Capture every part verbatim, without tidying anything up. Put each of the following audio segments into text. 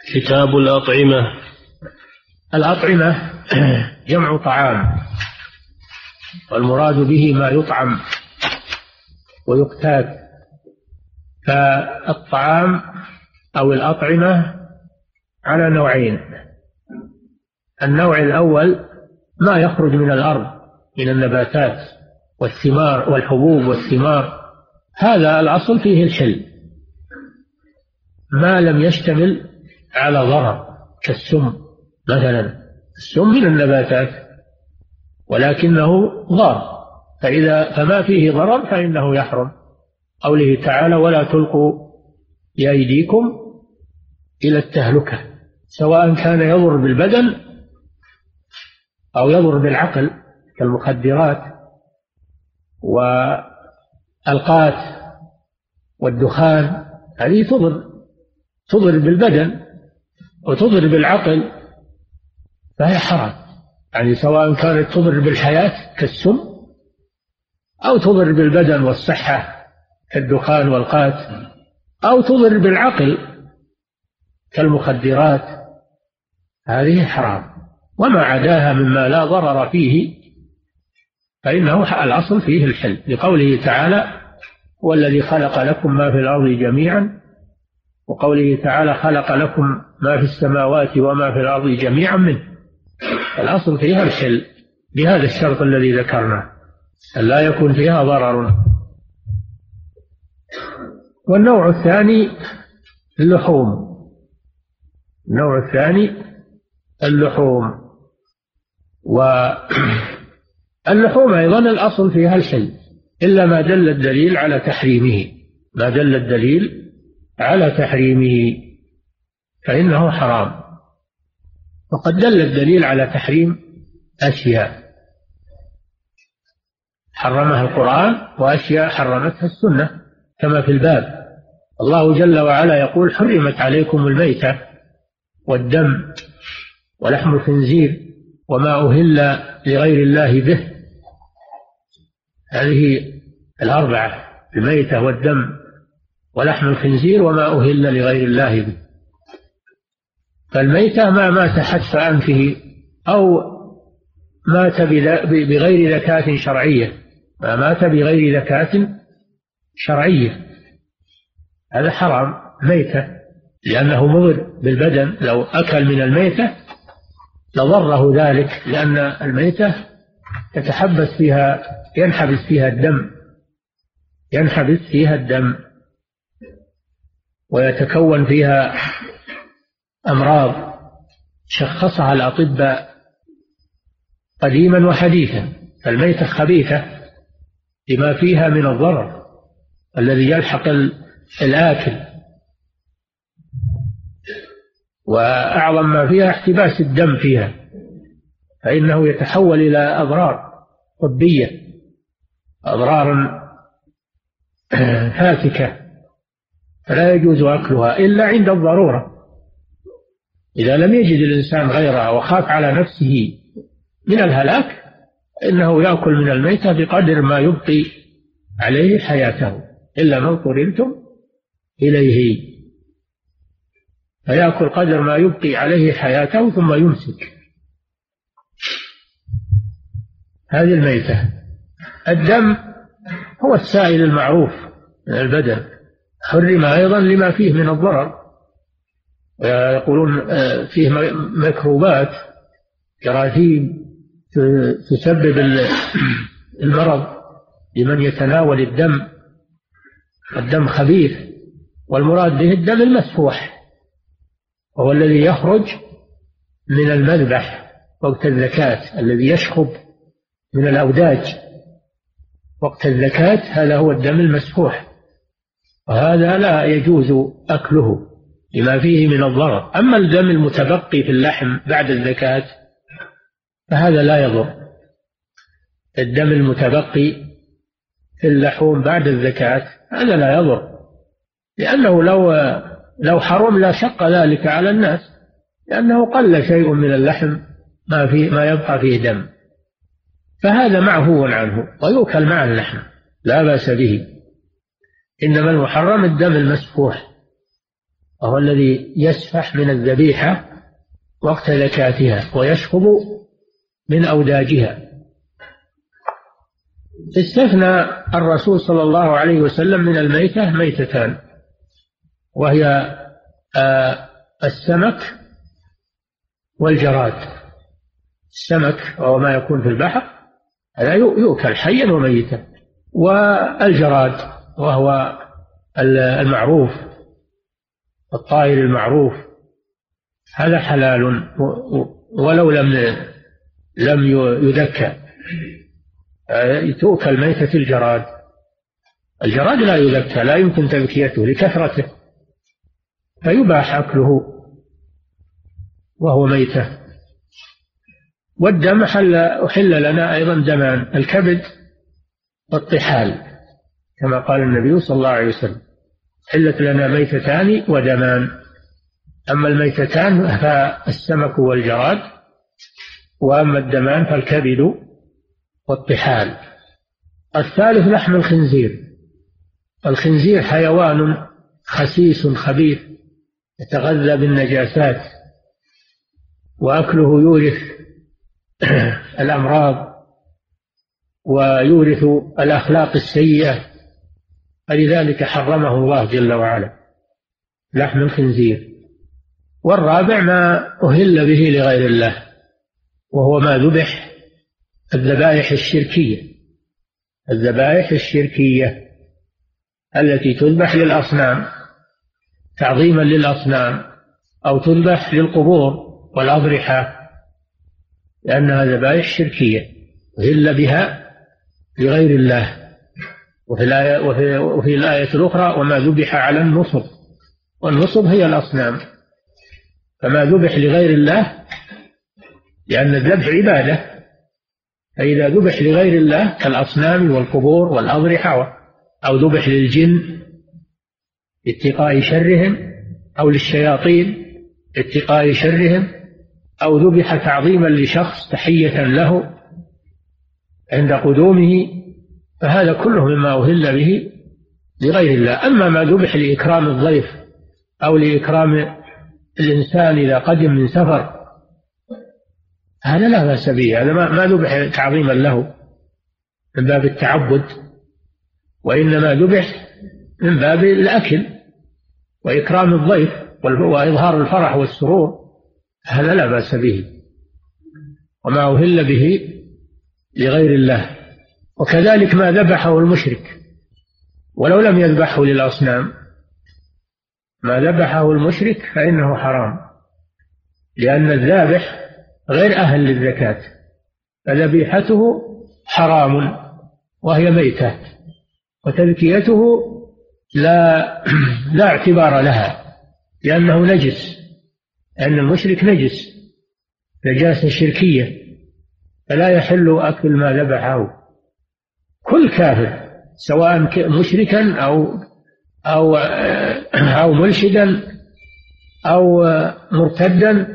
كتاب الأطعمة. الأطعمة جمع طعام، والمراد به ما يطعم ويقتات. فالطعام أو الأطعمة على نوعين: النوع الأول ما يخرج من الأرض من النباتات والثمار والحبوب والثمار، هذا الأصل فيه الحل ما لم يشتمل على ضرر، كالسم مثلا. السم من النباتات ولكنه ضار، فإذا فما فيه ضرر فإنه يحرم. قوله تعالى: ولا تلقوا بأيديكم إلى التهلكة، سواء كان يضر بالبدن أو يضر بالعقل، كالمخدرات والقات والدخان، هذه تضر تضر بالبدن وتضر بالعقل، فهي حرام. يعني سواء كانت تضر بالحياة كالسم أو تضر بالبدن والصحة كالدخان والقات، أو تضر بالعقل كالمخدرات، هذه حرام. وما عداها مما لا ضرر فيه فإنه الأصل فيه الحل، لقوله تعالى: هو الذي خلق لكم ما في الأرض جميعا، وقوله تعالى: خلق لكم ما في السماوات وما في الأرض جميعا منه. الأصل فيها الحل بهذا الشرط الذي ذكرناه، أن لا يكون فيها ضرر. والنوع الثاني اللحوم. النوع الثاني اللحوم واللحوم أيضا الأصل فيها الحل، إلا ما دل الدليل على تحريمه. ما دل الدليل على تحريمه فإنه حرام. وقد دل الدليل على تحريم أشياء حرمها القرآن وأشياء حرمتها السنة، كما في الباب. الله جل وعلا يقول: حرمت عليكم الميتة والدم ولحم الخنزير وما أهل لغير الله به. هذه الأربعة: الميتة والدم ولحم الخنزير وما أهل لغير الله به. فالميتة ما مات حتف أنفه أو مات بغير ذكاة شرعية، ما مات بغير ذكاة شرعية، هذا حرام ميتة، لأنه مضر بالبدن. لو أكل من الميتة لضره ذلك، لأن الميتة تتحبس فيها ينحبس فيها الدم ينحبس فيها الدم ويتكون فيها أمراض شخصها الأطباء قديما وحديثا. فالميتة خبيثة لما فيها من الضرر الذي يلحق الآكل، وأعظم ما فيها احتباس الدم فيها، فإنه يتحول إلى أضرار طبية، أضرار فاتكة، فلا يجوز أكلها إلا عند الضرورة. إذا لم يجد الإنسان غيرها وخاف على نفسه من الهلاك إنه يأكل من الميتة بقدر ما يبقي عليه حياته، إلا من اضطررتم إليه، فيأكل قدر ما يبقي عليه حياته ثم يمسك. هذه الميتة. الدم هو السائل المعروف من البدن، حرم أيضا لما فيه من الضرر. يقولون فيه ميكروبات جراثيم تسبب المرض لمن يتناول الدم. الدم خبيث، والمراد به الدم المسفوح، وهو الذي يخرج من المذبح وقت الزكاة، الذي يشخب من الأوداج وقت الزكاة، هذا هو الدم المسفوح، وهذا لا يجوز أكله لما فيه من الضرر. أما الدم المتبقي في اللحم بعد الزكاة فهذا لا يضر. الدم المتبقي في اللحوم بعد الزكاة هذا لا يضر، لأنه لو لو حرم لا شق ذلك على الناس، لأنه قل شيء من اللحم ما فيه ما يبقى فيه دم، فهذا معفو عنه ويؤكل مع اللحم لا بأس به. إنما المحرم الدم المسفوح. وهو الذي يسفح من الذبيحة وقت زكاتها ويشخب من أوداجها. استثنى الرسول صلى الله عليه وسلم من الميتة ميتتان، وهي السمك والجراد. السمك وهو ما يكون في البحر هذا يؤكل حيا وميتا، والجراد وهو المعروف الطائر المعروف هذا حلال ولو لم لم يذكى. تؤكل ميتة الجراد. الجراد لا يذكى، لا يمكن تذكيته لكثرته، فيباح أكله وهو ميتة. والدم حل أحل لنا أيضا دمان، الكبد والطحال، كما قال النبي صلى الله عليه وسلم: حلت لنا ميتتان ودمان. أما الميتتان فالسمك والجراد، وأما الدمان فالكبد والطحال. الثالث لحم الخنزير. الخنزير حيوان خسيس خبيث يتغذى بالنجاسات، وأكله يورث الأمراض ويورث الأخلاق السيئة، فلذلك حرمه الله جل وعلا لحم الخنزير. والرابع ما أهل به لغير الله، وهو ما ذبح الذبائح الشركية. الذبائح الشركية التي تذبح للأصنام تعظيما للأصنام، أو تذبح للقبور والأضرحة، لأنها ذبائح شركية أهل بها لغير الله. وفي الآية, وفي, وفي الآية الأخرى: وما ذبح على النصب. والنصب هي الأصنام، فما ذبح لغير الله، لأن الذبح عبادة، فإذا ذبح لغير الله كالأصنام والقبور والأضرحة، أو ذبح للجن اتقاء شرهم، أو للشياطين اتقاء شرهم، أو ذبح تعظيما لشخص تحية له عند قدومه، فهذا كله مما أهل به لغير الله. أما ما ذبح لإكرام الضيف أو لإكرام الإنسان إذا قدم من سفر، هذا لا بأس به، هذا ما ذبح تعظيما له من باب التعبد، وإنما ذبح من باب الأكل وإكرام الضيف وإظهار الفرح والسرور، هذا لا بأس به. وما أهل به لغير الله. وكذلك ما ذبحه المشرك ولو لم يذبحه للأصنام، ما ذبحه المشرك فإنه حرام، لأن الذابح غير أهل للزكاة، فذبيحته حرام وهي ميتة، وتذكيته لا لا اعتبار لها، لأنه نجس، لأن المشرك نجس نجاسة شركية، فلا يحل أكل ما ذبحه. كل كافر سواء مشركا أو أو أو ملحدا أو مرتدا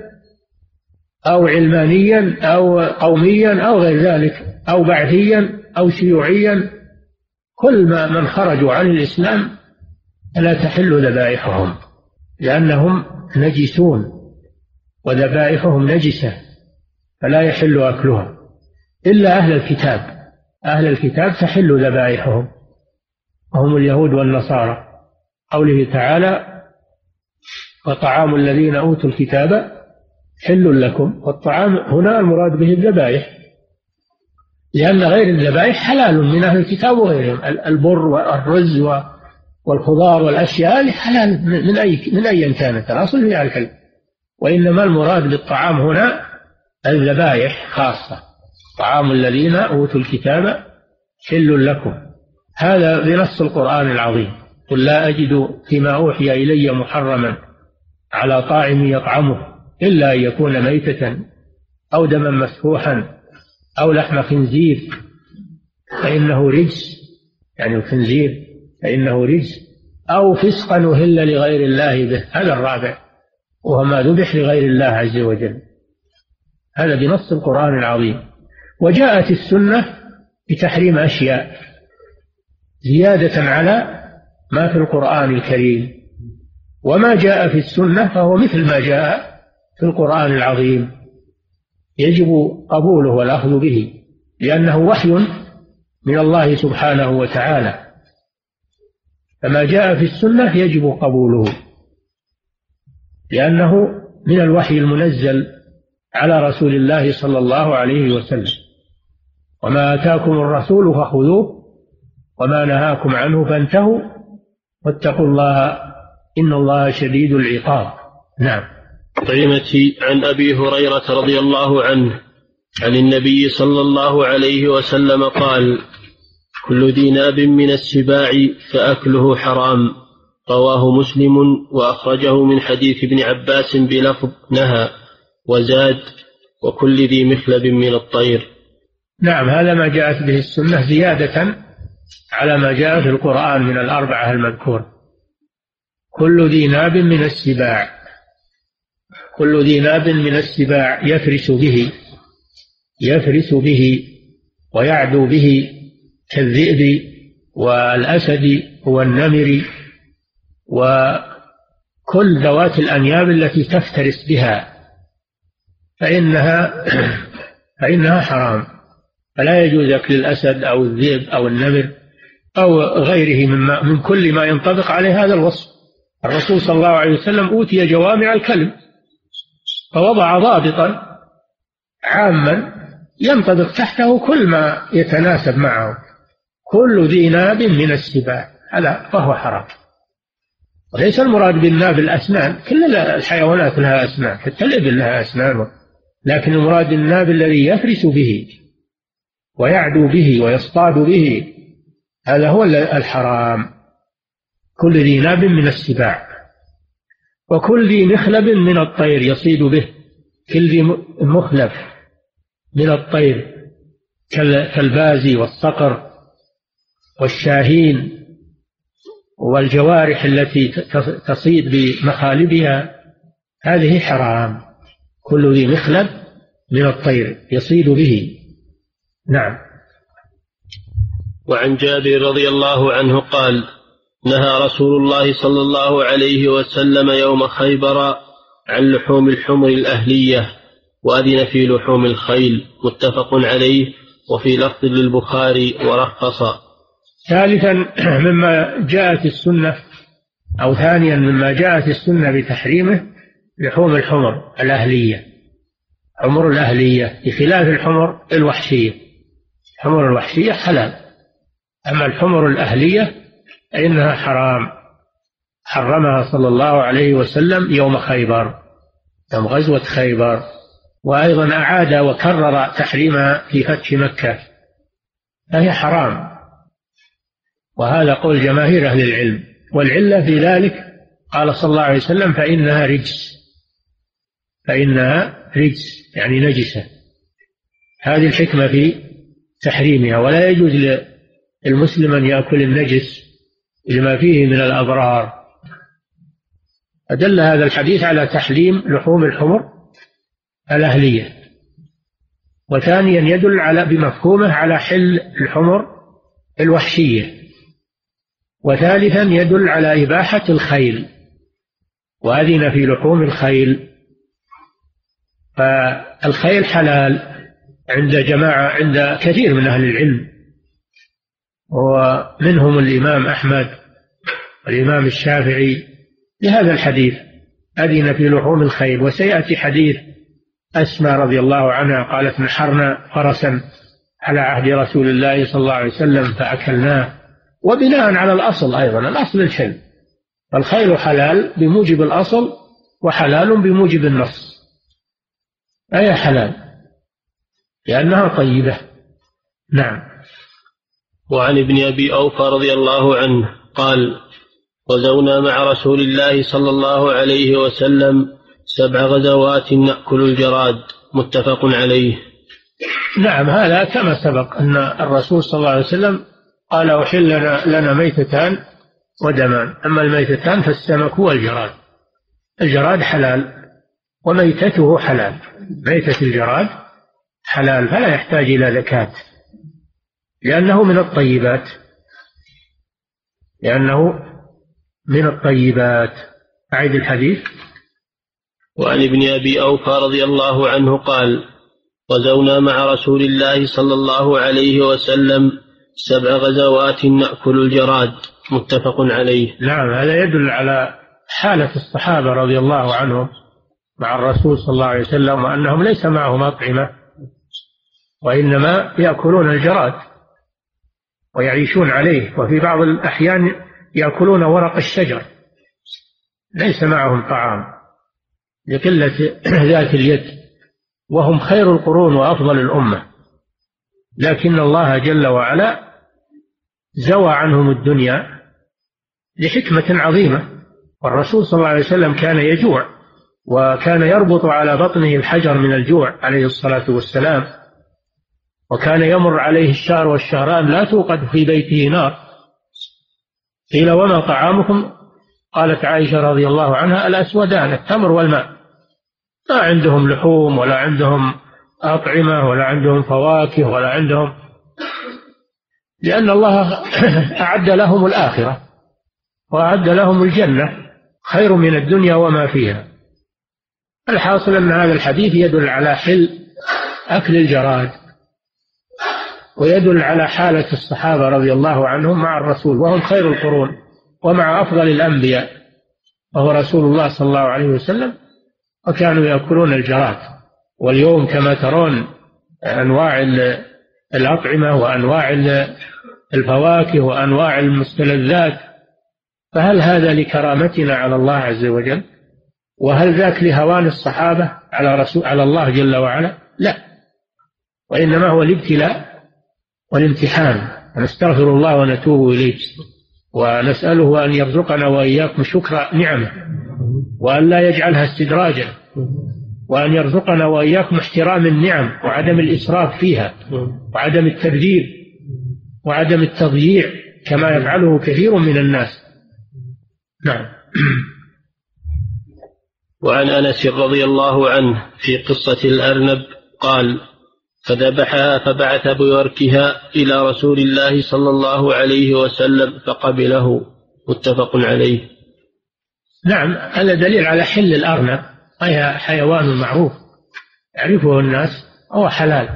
أو علمانيا أو قوميا أو غير ذلك أو بعثيا أو شيوعيا، كل ما من خرجوا عن الإسلام لا تحل ذبائحهم، لأنهم نجسون وذبائحهم نجسة، فلا يحل أكلها إلا أهل الكتاب. أهل الكتاب تحل ذبائحهم، وهم اليهود والنصارى. قوله تعالى: وطعام الذين أوتوا الكتاب حل لكم. والطعام هنا المراد به الذبائح، لأن غير الذبائح حلال من أهل الكتاب وغيرهم، البر والرز والخضار والأشياء هذه حلال من أي من أي كانت، الأصل هي الحل. وإنما المراد بالطعام هنا الذبائح خاصة. طعام الذين أوتوا الكتاب حل لكم، هذا بنص القرآن العظيم: قل لا أجد فيما أوحي إلي محرما على طاعم يطعمه إلا أن يكون ميتة أو دما مسفوحا أو لحم خنزير فإنه رجس، يعني الخنزير فإنه رجس، أو فسقا أهل لغير الله به، هذا الرابع، وهو ما ذبح لغير الله عز وجل، هذا بنص القرآن العظيم. وجاءت السنة بتحريم أشياء زيادة على ما في القرآن الكريم، وما جاء في السنة فهو مثل ما جاء في القرآن العظيم، يجب قبوله والأخذ به، لأنه وحي من الله سبحانه وتعالى، فما جاء في السنة يجب قبوله لأنه من الوحي المنزل على رسول الله صلى الله عليه وسلم. وما آتاكم الرسول فخذوه وما نهاكم عنه فانتهوا واتقوا الله إن الله شديد العقاب. نعم. قيمتي عن أبي هريرة رضي الله عنه عن النبي صلى الله عليه وسلم قال: كل ذي ناب من السباع فأكله حرام. رواه مسلم وأخرجه من حديث ابن عباس بلفظ نهى، وزاد: وكل ذي مخلب من الطير. نعم، هذا ما جاءت به السنة زيادة على ما جاء في القرآن من الأربعة المذكور. كل ذي ناب من السباع، كل ذي ناب من السباع يفرس به يفرس به ويعدو به كالذئب والأسد والنمر وكل ذوات الأنياب التي تفترس بها فإنها فإنها حرام، فلا يجوز أكل الأسد أو الذئب أو النمر أو غيره مما من كل ما ينطبق عليه هذا الوصف. الرسول صلى الله عليه وسلم أوتي جوامع الكلم فوضع ضابطا عاما ينطبق تحته كل ما يتناسب معه. كل ذي ناب من السباع هذا فهو حرام، وليس المراد بالناب الأسنان، كل الحيوانات لها أسنان، حتى الإبل لها أسنان، لكن المراد الناب الذي يفرس به ويعدو به ويصطاد به، هذا هو الحرام. كل ذي ناب من السباع. وكل ذي مخلب من الطير يصيد به، كل ذي مخلب من الطير كالبازي والصقر والشاهين والجوارح التي تصيد بمخالبها هذه حرام. كل ذي مخلب من الطير يصيد به. نعم. وعن جابر رضي الله عنه قال: نهى رسول الله صلى الله عليه وسلم يوم خيبر عن لحوم الحمر الأهلية، وأذن في لحوم الخيل. متفق عليه، وفي لفظ للبخاري ورخص. ثالثا مما جاءت السنة أو ثانيا مما جاءت السنة بتحريمه لحوم الحمر الأهلية، حمر الأهلية بخلاف الحمر الوحشية. الحمر الوحشية حلال، أما الحمر الأهلية فإنها حرام، حرمها صلى الله عليه وسلم يوم خيبر، يوم غزوة خيبر، وأيضا أعاد وكرر تحريمها في فتح مكة، فهي حرام. وهذا قول جماهير أهل العلم، والعلة في ذلك قال صلى الله عليه وسلم: فإنها رجس، فإنها رجس يعني نجسة. هذه الحكمة في تحريمها، ولا يجوز للمسلم أن يأكل النجس لما فيه من الأضرار. أدل هذا الحديث على تحريم لحوم الحمر الأهلية. وثانيا يدل على بمفهومه على حل الحمر الوحشية. وثالثا يدل على إباحة الخيل، وأذن في لحوم الخيل. فالخيل حلال عند جماعة عند كثير من أهل العلم، ومنهم الإمام أحمد والإمام الشافعي لهذا الحديث أذن في لحوم الخيل. وسيأتي حديث أسماء رضي الله عنها قالت: نحرنا فرسا على عهد رسول الله صلى الله عليه وسلم فأكلناه. وبناء على الأصل أيضا، الأصل الحل، فالخيل حلال بموجب الأصل وحلال بموجب النص، أي حلال لأنها طيبة. نعم. وعن ابن أبي أوفى رضي الله عنه قال: غزونا مع رسول الله صلى الله عليه وسلم سبع غزوات نأكل الجراد. متفق عليه. نعم، هذا كما سبق أن الرسول صلى الله عليه وسلم قال: أحل لنا, لنا ميتتان ودمان، أما الميتتان فالسمك والجراد. الجراد حلال وميتته حلال، ميتة الجراد حلال فلا يحتاج إلى زكاة، لأنه من الطيبات، لأنه من الطيبات. أعيد الحديث. وعن ابن أبي أوفى رضي الله عنه قال: غزونا مع رسول الله صلى الله عليه وسلم سبع غزوات نأكل الجراد. متفق عليه. نعم، هذا يدل على حالة الصحابة رضي الله عنهم مع الرسول صلى الله عليه وسلم، وأنهم ليس معهم أطعمة وإنما يأكلون الجراد ويعيشون عليه، وفي بعض الأحيان يأكلون ورق الشجر، ليس معهم طعام لقلة ذات اليد، وهم خير القرون وأفضل الأمة، لكن الله جل وعلا زوى عنهم الدنيا لحكمة عظيمة. والرسول صلى الله عليه وسلم كان يجوع، وكان يربط على بطنه الحجر من الجوع عليه الصلاة والسلام، وكان يمر عليه الشهر والشهران لا توقد في بيته نار. قيل: وما طعامكم؟ قالت عائشة رضي الله عنها: الأسودان، التمر والماء. ما عندهم لحوم ولا عندهم أطعمة ولا عندهم فواكه ولا عندهم، لأن الله أعد لهم الآخرة وأعد لهم الجنة خير من الدنيا وما فيها. الحاصل أن هذا الحديث يدل على حل أكل الجراد، ويدل على حالة الصحابة رضي الله عنهم مع الرسول، وهم خير القرون ومع أفضل الأنبياء وهو رسول الله صلى الله عليه وسلم، وكانوا يأكلون الجراد. واليوم كما ترون أنواع الأطعمة وأنواع الفواكه وأنواع المستلذات، فهل هذا لكرامتنا على الله عز وجل؟ وهل ذاك لهوان الصحابة على رسول على الله جل وعلا؟ لا، وإنما هو الابتلاء والامتحان. ونستغفر الله ونتوب إليه، ونسأله أن يرزقنا وإياكم شكر نعمه، وأن لا يجعلها استدراجا، وأن يرزقنا وإياكم احترام النعم وعدم الإسراف فيها، وعدم التبذير وعدم التضييع كما يفعله كثير من الناس. نعم. وعن أنس رضي الله عنه في قصة الأرنب قال: فذبحها فبعث بوركها إلى رسول الله صلى الله عليه وسلم فقبله. متفق عليه. نعم، هذا دليل على حل الأرنب، وهي حيوان معروف يعرفه الناس، هو حلال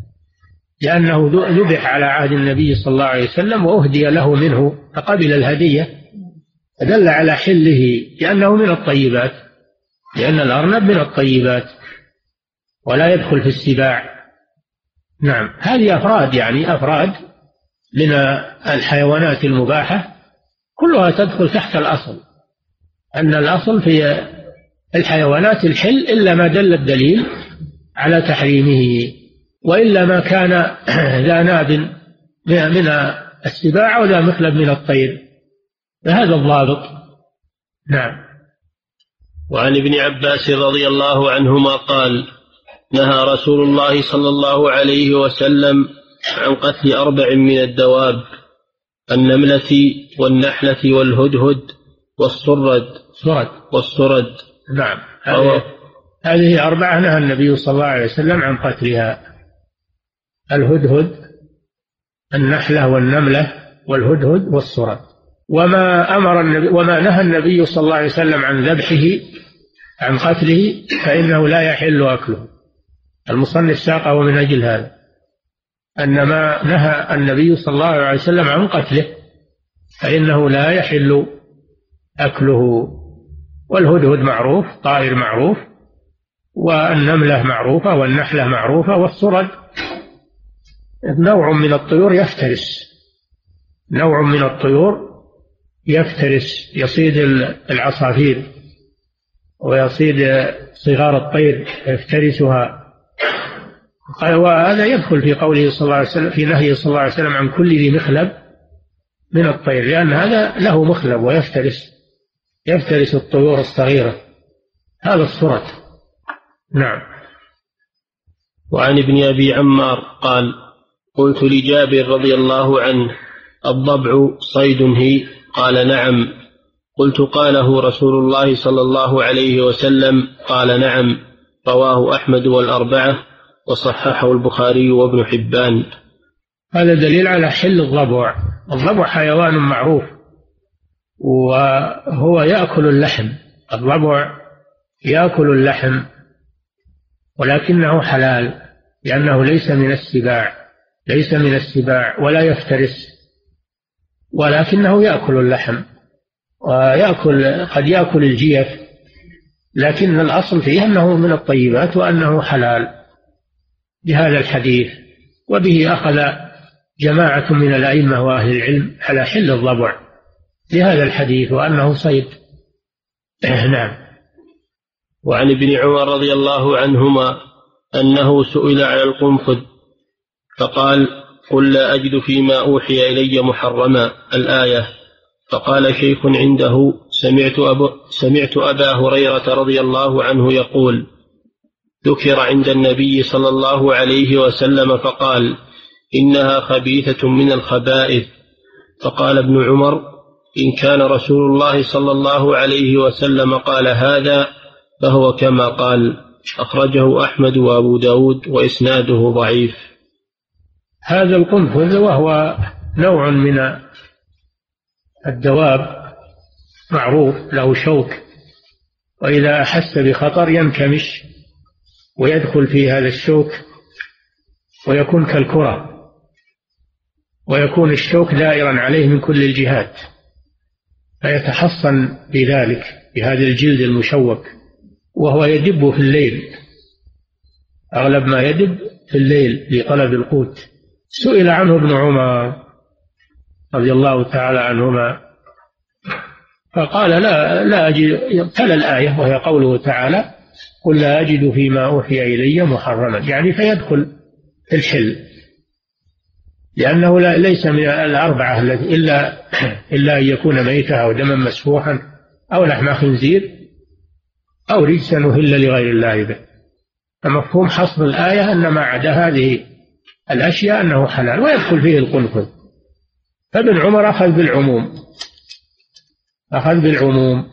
لأنه ذبح على عهد النبي صلى الله عليه وسلم وأهدي له منه فقبل الهدية، فدل على حله لأنه من الطيبات، لأن الأرنب من الطيبات ولا يدخل في السباع. نعم، هذه أفراد، يعني أفراد من الحيوانات المباحة كلها تدخل تحت الأصل، أن الأصل في الحيوانات الحل إلا ما دل الدليل على تحريمه، وإلا ما كان ذا ناب من السباع وذا مخلب من الطير، فهذا الضابط. نعم. وعن ابن عباس رضي الله عنهما قال: نهى رسول الله صلى الله عليه وسلم عن قتل أربع من الدواب: النملة والنحلة والهدهد والصرد صرد والصرد. نعم، هذه هذه أربعة نهى النبي صلى الله عليه وسلم عن قتلها: الهدهد، النحلة والنملة والهدهد والصرد. وما أمر النبي وما نهى النبي صلى الله عليه وسلم عن ذبحه عن قتله فإنه لا يحل أكله. المصنف ساقه من أجل هذا، أن ما نهى النبي صلى الله عليه وسلم عن قتله فإنه لا يحل أكله. والهدهد معروف، طائر معروف، والنملة معروفة، والنحلة معروفة، والصرد نوع من الطيور يفترس، نوع من الطيور يفترس، يصيد العصافير ويصيد صغار الطير يفترسها. وهذا يدخل في قوله صلى الله عليه وسلم، في نهيه صلى الله عليه وسلم عن كل ذي مخلب من الطير، لأن هذا له مخلب ويفترس يفترس الطيور الصغيرة، هذا الصرد. نعم. وعن ابن أبي عمار قال: قلت لجابر رضي الله عنه: الضبع صيد هي؟ قال: نعم. قلت: قاله رسول الله صلى الله عليه وسلم؟ قال: نعم. رواه أحمد والأربعة وصححه البخاري وابن حبان. هذا دليل على حل الضبع. الضبع حيوان معروف وهو يأكل اللحم الضبع يأكل اللحم ولكنه حلال، لأنه ليس من السباع، ليس من السباع ولا يفترس، ولكنه يأكل اللحم ويأكل قد يأكل الجيف، لكن الأصل فيه أنه من الطيبات وأنه حلال بهذا الحديث. وبه أخذ جماعة من الأئمة وأهل العلم على حل الضبع لهذا الحديث وأنه صيد. نعم. وعن ابن عمر رضي الله عنهما أنه سئل على القنفذ فقال: قل لا أجد فيما أوحي إلي محرما، الآية. فقال شيخ عنده: سمعت, أبو سمعت أبا هريرة رضي الله عنه يقول: ذكر عند النبي صلى الله عليه وسلم فقال: إنها خبيثة من الخبائث. فقال ابن عمر: إن كان رسول الله صلى الله عليه وسلم قال هذا فهو كما قال. أخرجه أحمد وأبو داود وإسناده ضعيف. هذا القنفذ وهو نوع من الدواب معروف، له شوك، وإذا أحس بخطر ينكمش ويدخل في هذا الشوك ويكون كالكرة، ويكون الشوك دائرا عليه من كل الجهات، فيتحصن بذلك بهذا الجلد المشوك، وهو يدب في الليل، أغلب ما يدب في الليل لطلب القوت. سئل عنه ابن عمر رضي الله تعالى عنهما فقال: لا لا أجد، تلا الآية وهي قوله تعالى: قل لا أجد فيما أوحي إلي محرما، يعني فيدخل في الحل، لأنه ليس من الأربعة التي إلا إلا أن يكون ميتا أو دما مسفوحا أو لحم خنزير أو رجسا أهل لغير الله به. فمفهوم حصر الآية أن ما عدا هذه الأشياء أنه حلال ويدخل فيه القنفذ. فابن عمر أخذ بالعموم أخذ بالعموم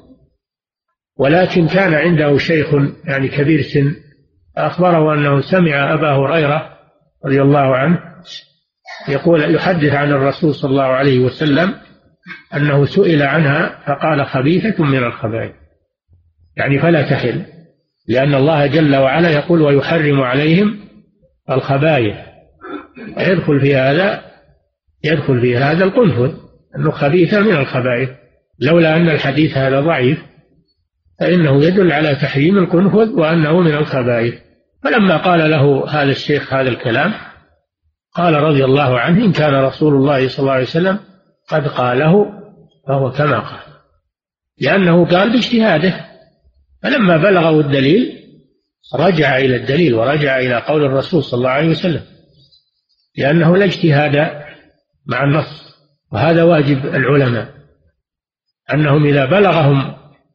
ولكن كان عنده شيخ يعني كبير سن أخبره أنه سمع أبا هريرة رضي الله عنه يقول يحدث عن الرسول صلى الله عليه وسلم أنه سئل عنها فقال: خبيثة من الخبائث، يعني فلا تحل، لأن الله جل وعلا يقول: ويحرم عليهم الخبائث. يدخل في هذا يدخل في هذا القنفذ أنه خبيثة من الخبائث، لولا أن الحديث هذا ضعيف فإنه يدل على تحريم القنفذ وأنه من الخبائث. فلما قال له هذا الشيخ هذا الكلام قال رضي الله عنه: إن كان رسول الله صلى الله عليه وسلم قد قاله فهو كما قال، لأنه قال باجتهاده. فلما بلغه الدليل رجع إلى الدليل ورجع إلى قول الرسول صلى الله عليه وسلم، لأنه لا اجتهاد مع النص، وهذا واجب العلماء أنهم إذا بلغهم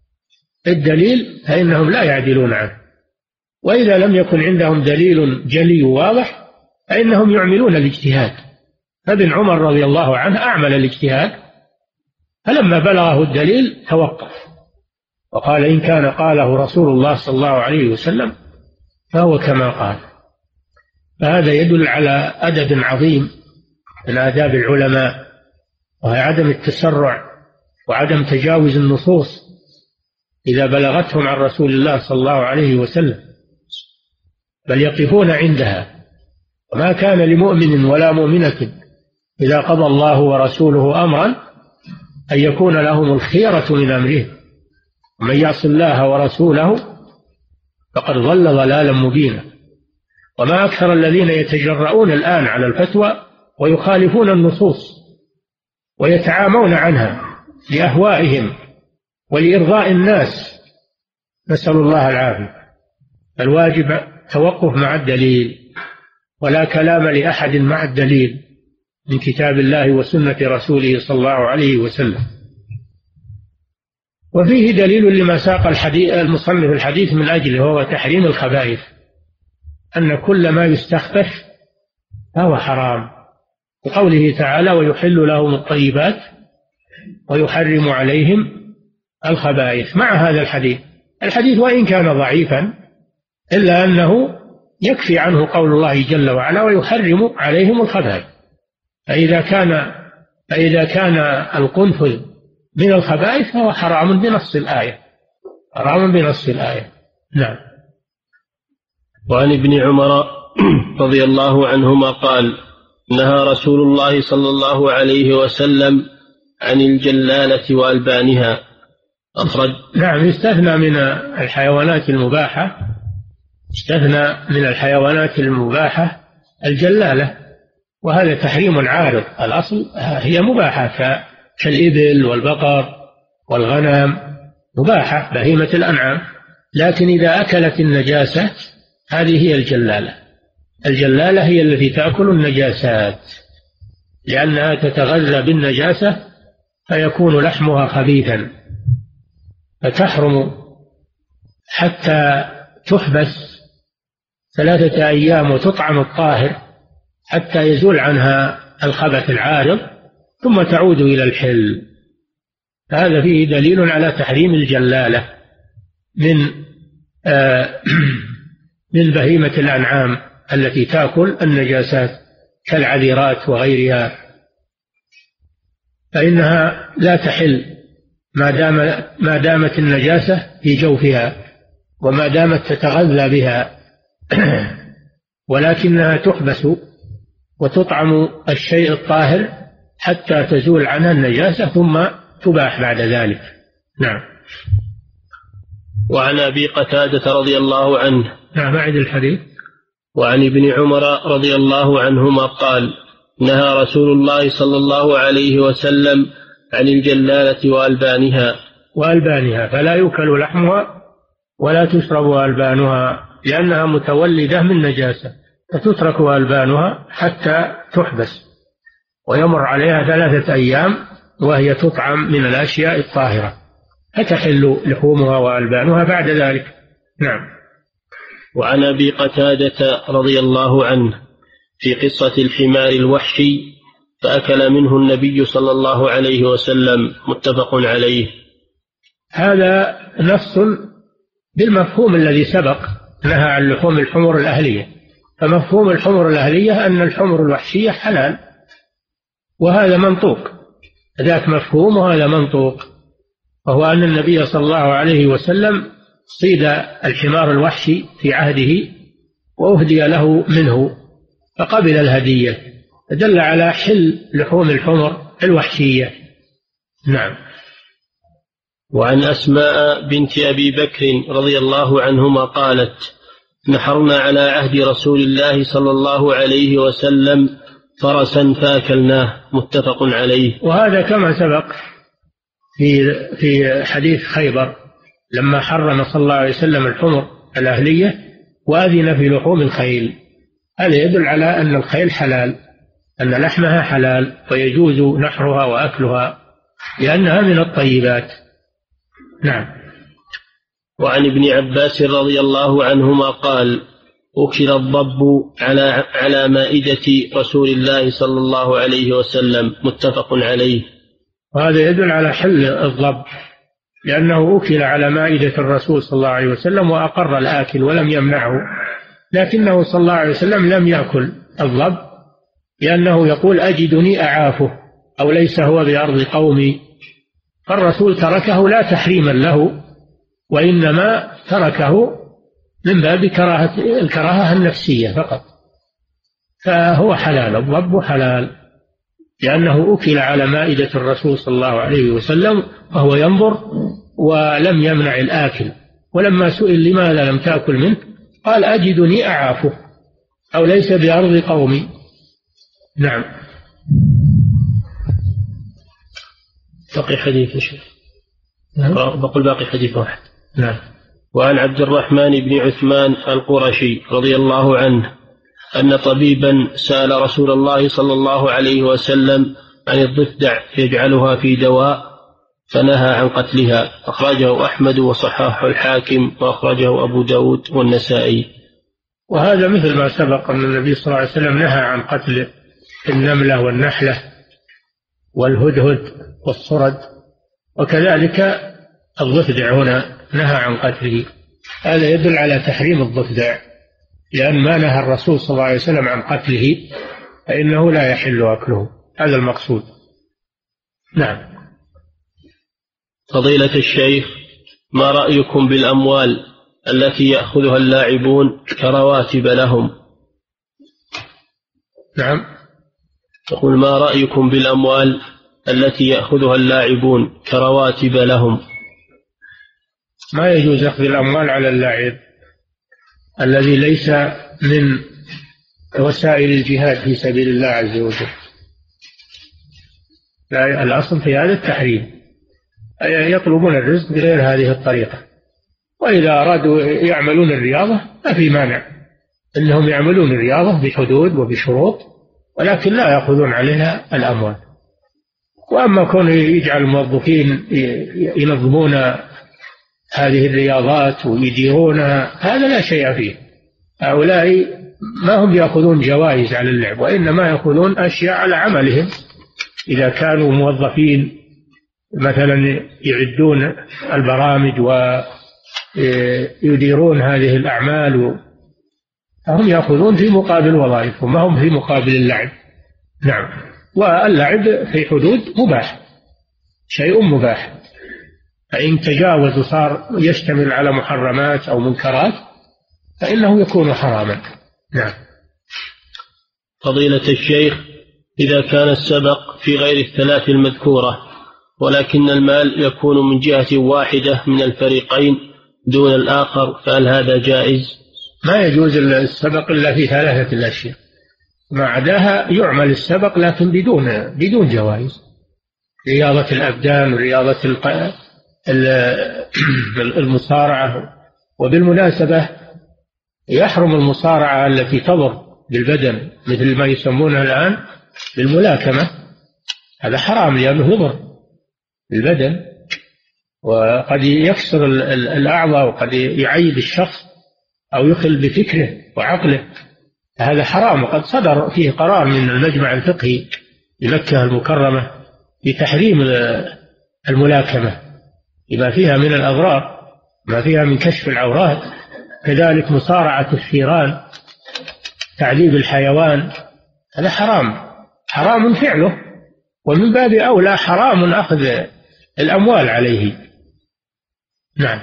الدليل فإنهم لا يعدلون عنه، وإذا لم يكن عندهم دليل جلي واضح فإنهم يعملون الاجتهاد. فابن عمر رضي الله عنه أعمل الاجتهاد، فلما بلغه الدليل توقف وقال: إن كان قاله رسول الله صلى الله عليه وسلم فهو كما قال. فهذا يدل على أدب عظيم من آداب العلماء، وهي عدم التسرع وعدم تجاوز النصوص إذا بلغتهم عن رسول الله صلى الله عليه وسلم، بل يقفون عندها. وما كان لمؤمن ولا مؤمنة إذا قضى الله ورسوله أمرا أن يكون لهم الخيرة من أمرهم، ومن يعص الله ورسوله فقد ضل ضلالا مبينا. وما أكثر الذين يتجرؤون الآن على الفتوى ويخالفون النصوص ويتعامون عنها لأهوائهم ولإرضاء الناس، نسأل الله العافية. الواجب توقف مع الدليل، ولا كلام لأحد مع الدليل من كتاب الله وسنة رسوله صلى الله عليه وسلم. وفيه دليل لما ساق الحديث المصنف الحديث من أجله، وهو تحريم الخبائث، أن كل ما يستخفف فهو حرام، وقوله تعالى: ويحل لهم الطيبات ويحرم عليهم الخبائث. مع هذا الحديث الحديث وإن كان ضعيفا إلا أنه يكفي عنه قول الله جل وعلا: ويحرم عليهم الخبائث. فإذا كان فإذا كان القنفذ من الخبائث فهو حرام بنص الآية، حرام بنص الآية. نعم. وعن ابن عمر رضي الله عنهما قال نهى رسول الله صلى الله عليه وسلم عن الجلالة وألبانها. أخرج. نعم. يستثنى من الحيوانات المباحة استثنى من الحيوانات المباحة الجلالة، وهذا تحريم عارض. الأصل هي مباحة كالإبل والبقر والغنم مباحة بهيمة الأنعام، لكن إذا أكلت النجاسة هذه هي الجلالة. الجلالة هي التي تأكل النجاسات لأنها تتغذى بالنجاسة فيكون لحمها خبيثا، فتحرم حتى تحبس ثلاثة أيام وتطعم الطاهر حتى يزول عنها الخبث العارض ثم تعود إلى الحل. هذا فيه دليل على تحريم الجلالة من آه من بهيمة الأنعام التي تأكل النجاسات كالعذيرات وغيرها، فإنها لا تحل ما دام ما دامت النجاسة في جوفها وما دامت تتغذى بها ولكنها تحبس وتطعم الشيء الطاهر حتى تزول عنها النجاسة ثم تباح بعد ذلك. نعم. وعن أبي قتادة رضي الله عنه. نعم. أعد الحديث. وعن ابن عمر رضي الله عنهما قال نهى رسول الله صلى الله عليه وسلم عن الجلالة وألبانها. وألبانها فلا يؤكل لحمها ولا تشرب ألبانها لأنها متولدة من نجاسة، فتترك ألبانها حتى تحبس ويمر عليها ثلاثة أيام وهي تطعم من الأشياء الطاهرة، فتحل لحومها وألبانها بعد ذلك. نعم. وعن أبي قتادة رضي الله عنه في قصة الحمار الوحشي فأكل منه النبي صلى الله عليه وسلم، متفق عليه. هذا نص بالمفهوم الذي سبق، نهى عن لحوم الحمر الأهلية، فمفهوم الحمر الأهلية أن الحمر الوحشية حلال، وهذا منطوق، ذاك مفهوم وهذا منطوق، وهو أن النبي صلى الله عليه وسلم صيد الحمار الوحشي في عهده وأهدي له منه فقبل الهدية، فدل على حل لحوم الحمر الوحشية. نعم. وعن أسماء بنت أبي بكر رضي الله عنهما قالت نحرنا على عهد رسول الله صلى الله عليه وسلم فرسا فأكلناه، متفق عليه. وهذا كما سبق في في حديث خيبر لما حرم صلى الله عليه وسلم الحمر الأهلية وأذن في لحوم الخيل، هذا يدل على أن الخيل حلال، أن لحمها حلال ويجوز نحرها وأكلها لأنها من الطيبات. نعم. وعن ابن عباس رضي الله عنهما قال أكل الضب على على مائدة رسول الله صلى الله عليه وسلم، متفق عليه. وهذا يدل على حل الضب لأنه أكل على مائدة الرسول صلى الله عليه وسلم وأقر الآكل ولم يمنعه، لكنه صلى الله عليه وسلم لم يأكل الضب لأنه يقول أجدني أعافه أو ليس هو بأرض قومي، فالرسول تركه لا تحريما له وإنما تركه من باب كراهة الكراهة النفسية فقط، فهو حلال، الضب حلال لأنه أكل على مائدة الرسول صلى الله عليه وسلم وهو ينظر ولم يمنع الآكل، ولما سئل لماذا لم تأكل منه قال أجدني أعافه أو ليس بأرض قومي. نعم. باقي حديث شيء. نعم. بقول باقي حديث واحد. نعم. وعن عبد الرحمن بن عثمان القرشي رضي الله عنه أن طبيبا سأل رسول الله صلى الله عليه وسلم عن الضفدع يجعلها في دواء فنهى عن قتلها، أخرجه أحمد وصححه الحاكم وأخرجه أبو داود والنسائي. وهذا مثل ما سبق أن النبي صلى الله عليه وسلم نهى عن قتل النملة والنحلة والهدهد والصرد، وكذلك الضفدع هنا نهى عن قتله، هذا يدل على تحريم الضفدع، لأن ما نهى الرسول صلى الله عليه وسلم عن قتله فإنه لا يحل أكله، هذا المقصود. نعم. فضيلة الشيخ، ما رأيكم بالأموال التي يأخذها اللاعبون كرواتب لهم؟ نعم. يقول ما رأيكم بالأموال التي يأخذها اللاعبون كرواتب لهم؟ ما يجوز أخذ الأموال على اللاعب الذي ليس من وسائل الجهاد في سبيل الله عز وجل. لا، الأصل في هذا التحريم، يطلبون الرزق بغير هذه الطريقة. وإذا أرادوا يعملون الرياضة ما في مانع أنهم يعملون الرياضة بحدود وبشروط، ولكن لا يأخذون عليها الأموال. وأما كون يجعل الموظفين ينظمون هذه الرياضات ويديرونها هذا لا شيء فيه. هؤلاء ما هم يأخذون جوائز على اللعب، وإنما يأخذون أشياء على عملهم. إذا كانوا موظفين مثلا يعدون البرامج ويديرون هذه الأعمال فهم يأخذون في مقابل وظائفهم، ما هم في مقابل اللعب. نعم. واللعب في حدود مباح، شيء مباح، فإن تجاوز وصار يشتمل على محرمات أو منكرات فإنه يكون حراما. نعم. فضيلة الشيخ، إذا كان السبق في غير الثلاث المذكورة ولكن المال يكون من جهة واحدة من الفريقين دون الآخر فهل هذا جائز؟ ما يجوز السبق إلا في ثلاثة الأشياء، ما عداها يعمل السبق لكن بدون بدون جوائز، رياضة الأبدان ورياضة المصارعة. وبالمناسبة يحرم المصارعة التي تضر بالبدن مثل ما يسمونها الآن بالملاكمة، هذا حرام لأنه يضر بالبدن وقد يكسر الأعضاء وقد يعيب الشخص أو يخل بفكره وعقله، هذا حرام. وقد صدر فيه قرار من المجمع الفقهي لمكة المكرمة بتحريم الملاكمة لما فيها من الأضرار، ما فيها من كشف العورات. كذلك مصارعة الثيران، تعذيب الحيوان، هذا حرام، حرام فعله، ومن باب أولى حرام أخذ الأموال عليه. نعم.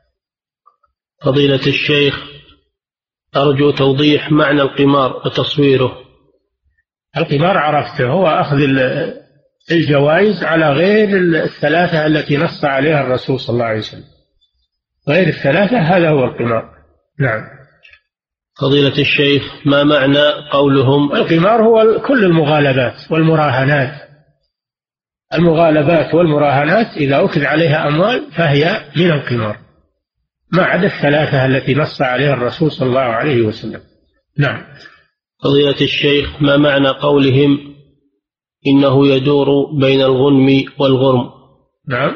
فضيلة الشيخ، أرجو توضيح معنى القمار وتصويره. القمار عرفته، هو أخذ الجوائز على غير الثلاثة التي نص عليها الرسول صلى الله عليه وسلم، غير الثلاثة، هذا هو القمار. نعم. فضيلة الشيخ، ما معنى قولهم القمار؟ هو كل المغالبات والمراهنات، المغالبات والمراهنات إذا أخذ عليها أموال فهي من القمار، ما عدا الثلاثة التي نص عليها الرسول صلى الله عليه وسلم. نعم. فضيلة الشيخ، ما معنى قولهم إنه يدور بين الغنم والغرم؟ نعم.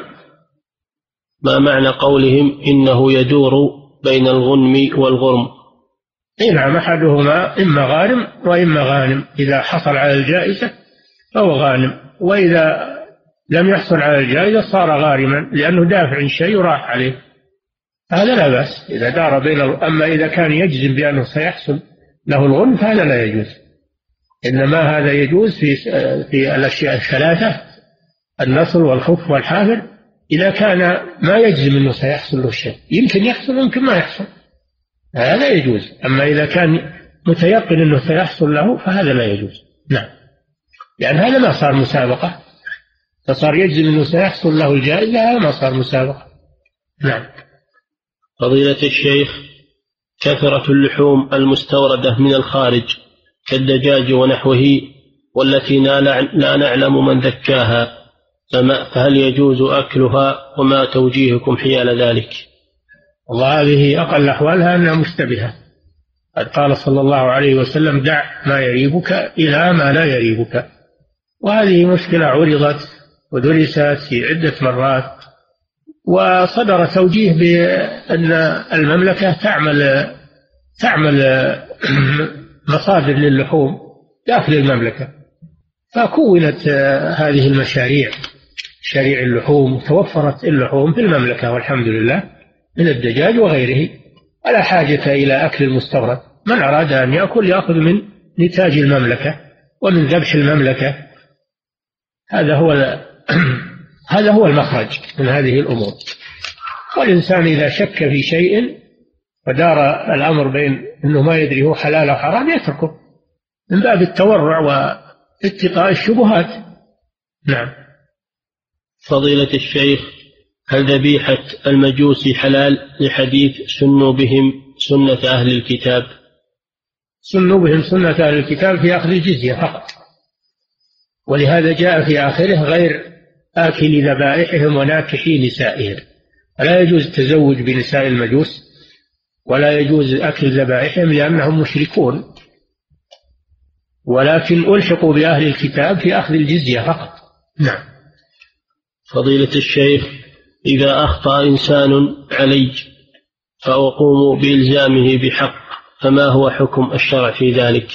ما معنى قولهم إنه يدور بين الغنم والغرم؟ إيه نعم، أحدهما إما غارم وإما غانم، إذا حصل على الجائزة فهو غانم، وإذا لم يحصل على الجائزة صار غارما لأنه دافع شيء يراح عليه، هذا لا بأس إذا دار بين. أما إذا كان يجزم بأنه سيحصل له الغنم فهذا لا يجوز، إنما هذا يجوز في في الأشياء الثلاثة، النصر والخف والحافر، إذا كان ما يجزم أنه سيحصل له شيء، يمكن يحصل يمكن ما يحصل، هذا يجوز. أما إذا كان متيقن أنه سيحصل له فهذا لا يجوز. نعم. لأن هذا ما صار مسابقة، فصار يجزم أنه سيحصل له الجائزة، هذا ما صار مسابقة. نعم. فضيلة الشيخ، كثرة اللحوم المستوردة من الخارج كالدجاج ونحوه والتي لا نعلم من ذكاها، فهل يجوز أكلها وما توجيهكم حيال ذلك؟ والله هذه أقل أحوالها أنها مشتبهة. قد قال صلى الله عليه وسلم: دع ما يريبك إلى ما لا يريبك. وهذه مشكلة عرضت ودرست في عدة مرات، وصدر توجيه بأن المملكة تعمل تعمل مصادر للحوم داخل المملكة، فكونت هذه المشاريع، مشاريع اللحوم، توفرت اللحوم في المملكة والحمد لله من الدجاج وغيره، ولا حاجة إلى أكل المستورد. من أراد أن يأكل يأخذ من نتاج المملكة ومن ذبح المملكة، هذا هو هذا هو المخرج من هذه الأمور. والإنسان إذا شك في شيء ودار الأمر بين أنه ما يدري هو حلال أو حرام يتركه من باب التورع واتقاء الشبهات. نعم. فضيلة الشيخ، هل ذبيحة المجوس حلال لحديث سنوا بهم سنة أهل الكتاب؟ سنوا بهم سنة أهل الكتاب في أخذ الجزية فقط، ولهذا جاء في آخره غير آكل ذبائحهم وناكحي نسائهم. فلا يجوز التزوج بنساء المجوس ولا يجوز أكل ذبائحهم لأنهم مشركون، ولكن ألحقوا بأهل الكتاب في أخذ الجزية فقط. نعم. فضيلة الشيخ، إذا أخطأ إنسان علي فأقوم بإلزامه بحق، فما هو حكم الشرع في ذلك؟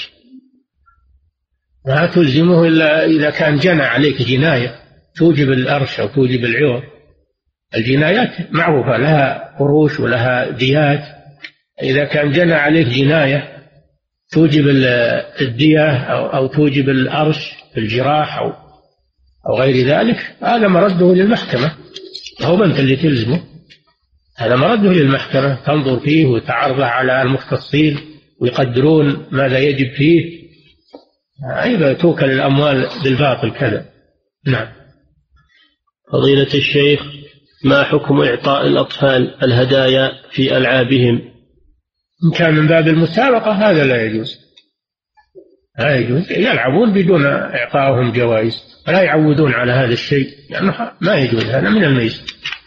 لا تلزمه إلا إذا كان جنى عليك جناية توجب الأرش أو توجب العوض. الجنايات معروفة لها قروش ولها ديات. إذا كان جنى عليك جناية توجب الدية أو, أو توجب الأرش في الجراح أو, أو غير ذلك، هذا مرده للمحكمة، هو أنت اللي تلزمه. هذا مرده للمحكمة تنظر فيه وتعرضه على المختصين ويقدرون ماذا يجب فيه. أيضا توكل الأموال بالباطل كذا. نعم. فضيلة الشيخ، ما حكم إعطاء الأطفال الهدايا في ألعابهم؟ إن كان من باب المسابقة هذا لا يجوز، لا يجوز. يلعبون بدون إعطائهم جوائز، ولا يعودون على هذا الشيء لأنه ما يجوز، هذا من الميسر.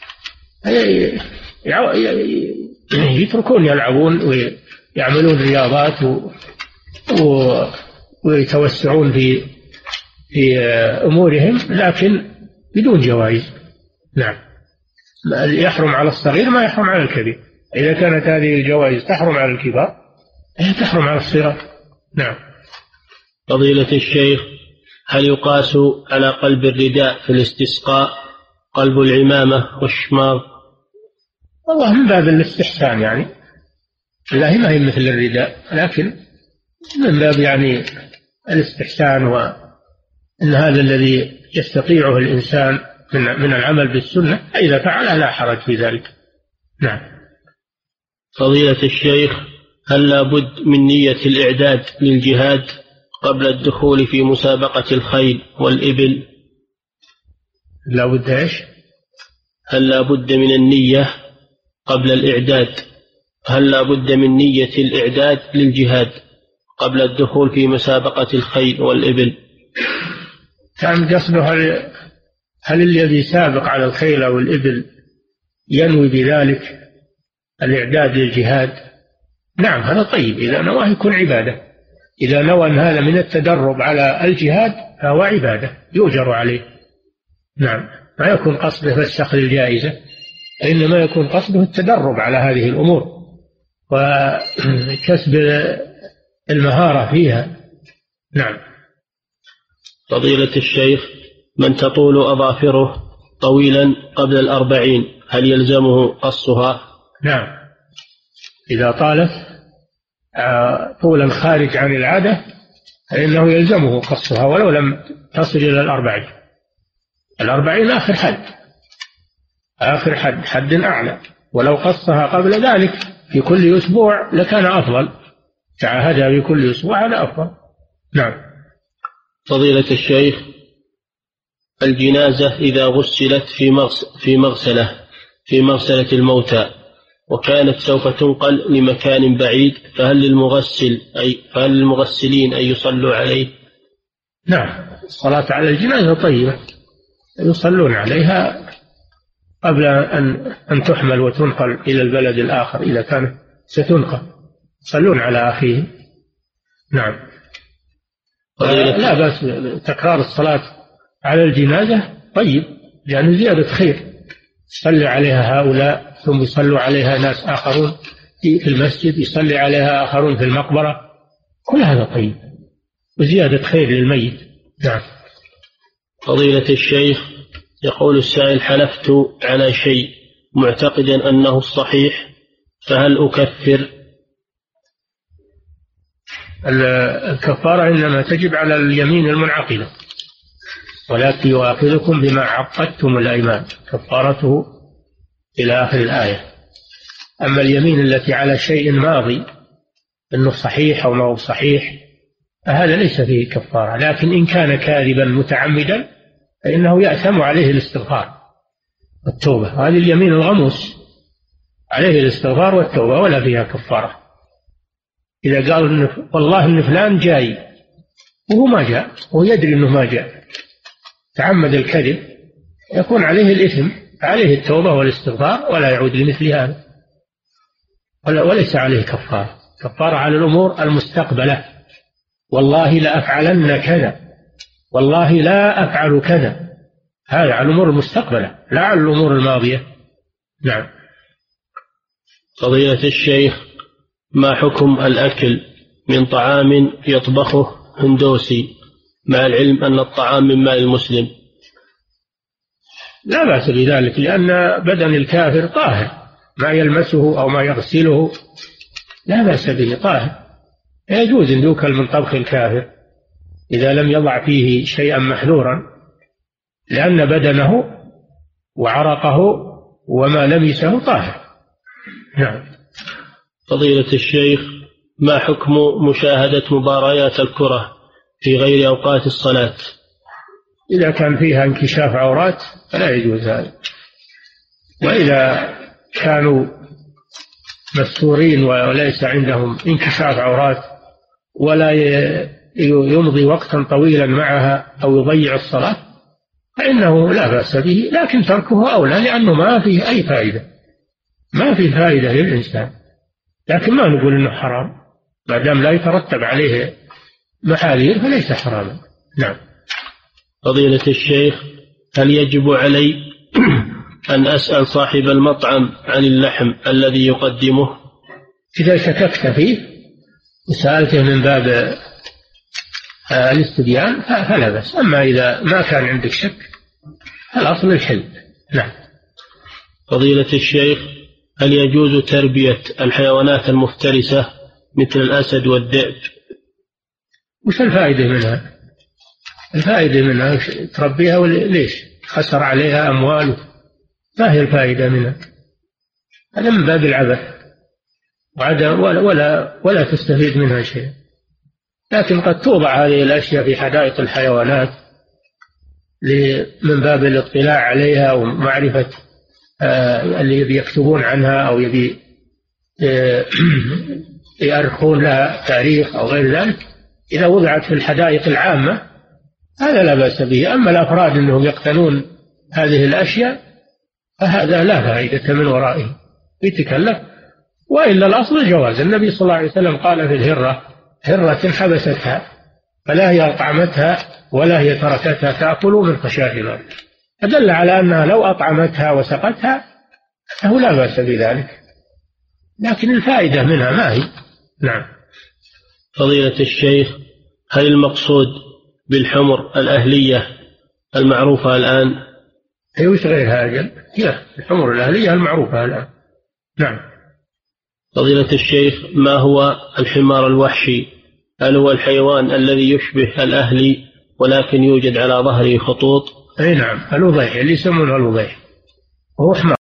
يتركون يلعبون ويعملون رياضات و... و... ويتوسعون في في أمورهم لكن بدون جوائز. نعم. يحرم على الصغير ما يحرم على الكبير. إذا كانت هذه الجوائز تحرم على الكبار هي تحرم على الصغار. نعم. فضيلة الشيخ، هل يقاس على قلب الرداء في الاستسقاء قلب العمامة والشماغ؟ والله من باب الاستحسان، يعني الله ما هي مثل الرداء، لكن من باب يعني الاستحسان، وأن هذا الذي يستطيعه الإنسان من من العمل بالسنة إذا فعل لا حرج في ذلك. نعم. فضيلة الشيخ، هل لا بد من نية الإعداد للجهاد قبل الدخول في مسابقة الخيل والإبل؟ لا بد إيش؟ هل لا بد من النية قبل الإعداد هل لا بد من نية الإعداد للجهاد قبل الدخول في مسابقة الخيل والإبل؟ كان قصده هل, هل الذي سابق على الخيل أو الإبل ينوي بذلك الإعداد للجهاد؟ نعم، هذا طيب إذا نواه يكون عبادة. إذا نوى أن هذا من التدرب على الجهاد فهو عبادة يؤجر عليه. نعم، ما يكون قصده فسخ الجائزة، إنما يكون قصده التدرب على هذه الأمور وكسب المهارة فيها. نعم. فضيلة الشيخ، من تطول أظافره طويلا قبل الأربعين هل يلزمه قصها؟ نعم، إذا طالت طولا خارج عن العادة فإنه يلزمه قصها ولو لم تصل إلى الأربعين. الأربعين آخر حد، آخر حد، حد أعلى، ولو قصها قبل ذلك في كل أسبوع لكان أفضل، تعاهدها في كل أسبوع هذا أفضل. نعم. فضيلة الشيخ، الجنازة إذا غسلت في في مغسلة في مغسلة الموتى وكانت سوف تنقل لمكان بعيد فهل للمغسل أي فهل للمغسلين أن يصلوا عليه؟ نعم، الصلاة على الجنازة طيبة، يصلون عليها قبل أن أن تحمل وتنقل إلى البلد الآخر إذا كانت ستنقل، يصلون على أخيه. نعم. لا بأس تكرار الصلاة على الجنازة طيب، لأنه زيادة خير، يصلي عليها هؤلاء ثم يصلوا عليها ناس آخرون في المسجد، يصلي عليها آخرون في المقبرة، كل هذا طيب وزيادة خير للميت. نعم. فضيلة الشيخ، يقول السائل: حلفت على شيء معتقدا أنه الصحيح فهل أكفر؟ الكفارة إنما تجب على اليمين المنعقدة، ولكن يؤاخذكم بما عقدتم الأيمان، كفارته إلى آخر الآية. أما اليمين التي على شيء ماضي أنه صحيح أو ما هو صحيح فهذا ليس فيه كفارة، لكن إن كان كاذبا متعمدا فإنه يأثم عليه الاستغفار والتوبة. هذه اليمين الغموس عليه الاستغفار والتوبة ولا فيها كفارة. إذا قال إن والله إن فلان جاي وهو ما جاء وهو يدري أنه ما جاء تعمد الكذب يكون عليه الإثم، عليه التوبة والاستغفار ولا يعود لمثل هذا، وليس عليه كفارة. كفارة على الأمور المستقبلة، والله لا أفعلن كذا، والله لا أفعل كذا، هذا على الأمور المستقبلة لا على الأمور الماضية. نعم. فضيلة الشيخ، ما حكم الأكل من طعام يطبخه هندوسي مع العلم أن الطعام من مال المسلم؟ لا بأس بذلك، لأن بدن الكافر طاهر، ما يلمسه أو ما يغسله لا بأس به، طاهر. يجوز أن يؤكل من طبخ الكافر إذا لم يضع فيه شيئا محذورا، لأن بدنه وعرقه وما لمسه طاهر. نعم. فضيلة الشيخ، ما حكم مشاهدة مباريات الكرة في غير أوقات الصلاة؟ إذا كان فيها انكشاف عورات فلا يجوز هذا، وإذا كانوا مستورين وليس عندهم انكشاف عورات ولا يمضي وقتا طويلا معها أو يضيع الصلاة فإنه لا بأس به، لكن تركه أولى، لأنه ما فيه أي فائدة، ما فيه فائدة للإنسان، لكن ما نقول إنه حرام، ما دام لا يترتب عليه محاذير فليس حراما. نعم. فضيلة الشيخ، هل يجب علي أن أسأل صاحب المطعم عن اللحم الذي يقدمه؟ إذا شككت فيه وسألته من باب الاستبيان فلا بأس، أما إذا ما كان عندك شك فالأصل الحل. نعم. فضيلة الشيخ، هل يجوز تربية الحيوانات المفترسة مثل الأسد والذئب؟ وش الفائدة منها؟ الفائدة منها تربيها ليش؟ خسر عليها أموال، ما هي الفائدة منها؟ هذا من باب العبث ولا, ولا, ولا تستفيد منها شيء. لكن قد توضع هذه الأشياء في حدائق الحيوانات من باب الاطلاع عليها ومعرفة آه اللي يبي يكتبون عنها أو يبي آه يأرخون لها تاريخ أو غير ذلك. إذا وضعت في الحدائق العامة هذا لا بأس به، أما الأفراد أنهم يقتنون هذه الأشياء فهذا لا فائدة من ورائه يتكلف، وإلا الأصل الجواز. النبي صلى الله عليه وسلم قال في الهرة: هرة حبستها فلا هي أطعمتها ولا هي تركتها تأكل من خشاش الله، فدل على أنها لو أطعمتها وسقتها فهو لا بأس بذلك، لكن الفائدة منها ما هي. نعم. فضيلة الشيخ، هل المقصود بالحمر الأهلية المعروفة الآن؟ هي وش غيرها أجل؟ هي الحمر الأهلية المعروفة الآن. نعم. فضيلة الشيخ، ما هو الحمار الوحشي؟ هل هو الحيوان الذي يشبه الأهلي ولكن يوجد على ظهره خطوط؟ أي نعم، الوضيح اللي يسمونه الوضيح، وهو حمار.